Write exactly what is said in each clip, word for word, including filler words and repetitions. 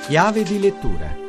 Chiave di lettura.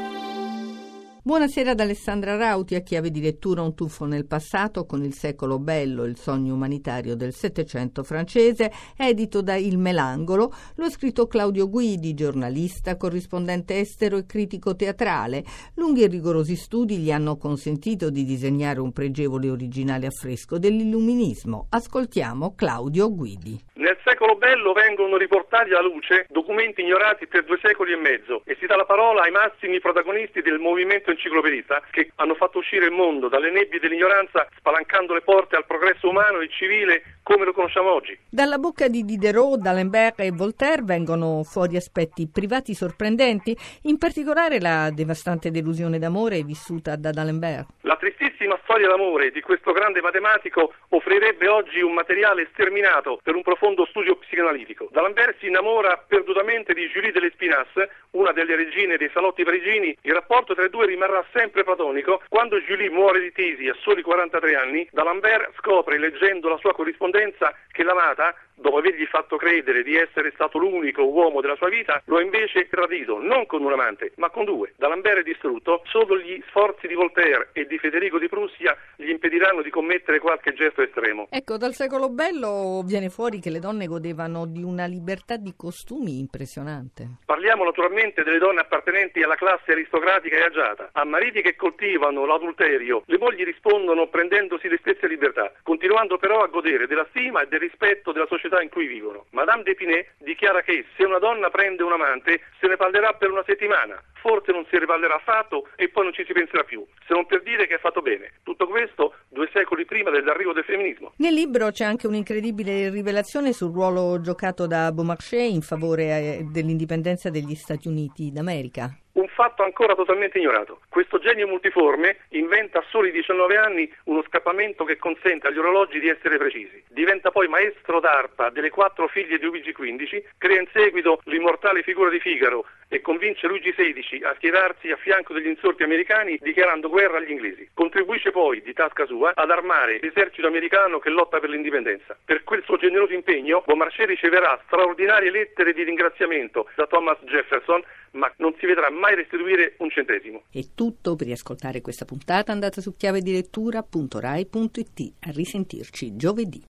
Buonasera ad Alessandra Rauti. A Chiave di lettura un tuffo nel passato con Il secolo bello, il sogno umanitario del Settecento francese, edito da Il Melangolo. Lo ha scritto Claudio Guidi, giornalista, corrispondente estero e critico teatrale. Lunghi e rigorosi studi gli hanno consentito di disegnare un pregevole originale affresco dell'illuminismo. Ascoltiamo Claudio Guidi. Nel secolo bello vengono riportati alla luce documenti ignorati per due secoli e mezzo e si dà la parola ai massimi protagonisti del movimento enciclopedista che hanno fatto uscire il mondo dalle nebbie dell'ignoranza, spalancando le porte al progresso umano e civile come lo conosciamo oggi. Dalla bocca di Diderot, d'Alembert e Voltaire vengono fuori aspetti privati sorprendenti, in particolare la devastante delusione d'amore vissuta da D'Alembert. La tristissima storia d'amore di questo grande matematico offrirebbe oggi un materiale sterminato per un profondo studio psicoanalitico. D'Alembert si innamora perdutamente di Julie de Lespinasse, una delle regine dei salotti parigini. Il rapporto tra i due rimarrà sempre platonico. Quando Julie muore di tisi a soli quarantatré anni, D'Alembert scopre, leggendo la sua corrispondenza, che l'amata, dopo avergli fatto credere di essere stato l'unico uomo della sua vita, lo ha invece tradito, non con un amante, ma con due. D'Alembert è distrutto, solo gli sforzi di Voltaire e di Federico di Prussia gli impediranno di commettere qualche gesto estremo. Ecco, dal secolo bello viene fuori che le donne godevano di una libertà di costumi impressionante. Parliamo naturalmente delle donne appartenenti alla classe aristocratica e agiata. A mariti che coltivano l'adulterio, le mogli rispondono prendendosi le stesse libertà, continuando però a godere della stima e del rispetto della società in cui vivono. Madame d'Épinay dichiara che se una donna prende un amante se ne parlerà per una settimana, forse non se ne parlerà affatto e poi non ci si penserà più, se non per dire che ha fatto bene. Tutto questo due secoli prima dell'arrivo del femminismo. Nel libro c'è anche un'incredibile rivelazione sul ruolo giocato da Beaumarchais in favore dell'indipendenza degli Stati Uniti d'America. Un fatto ancora totalmente ignorato. Questo genio multiforme inventa a soli diciannove anni uno scappamento che consente agli orologi di essere precisi. Diventa poi maestro d'arpa delle quattro figlie di Luigi quindici, crea in seguito l'immortale figura di Figaro e convince Luigi sedici a schierarsi a fianco degli insorti americani dichiarando guerra agli inglesi. Contribuisce poi, di tasca sua, ad armare l'esercito americano che lotta per l'indipendenza. Per quel suo generoso impegno, Beaumarchais riceverà straordinarie lettere di ringraziamento da Thomas Jefferson, ma non si vedrà mai restituire un centesimo. È tutto. Per riascoltare questa puntata andate su chiavedilettura punto rai punto it. A risentirci giovedì.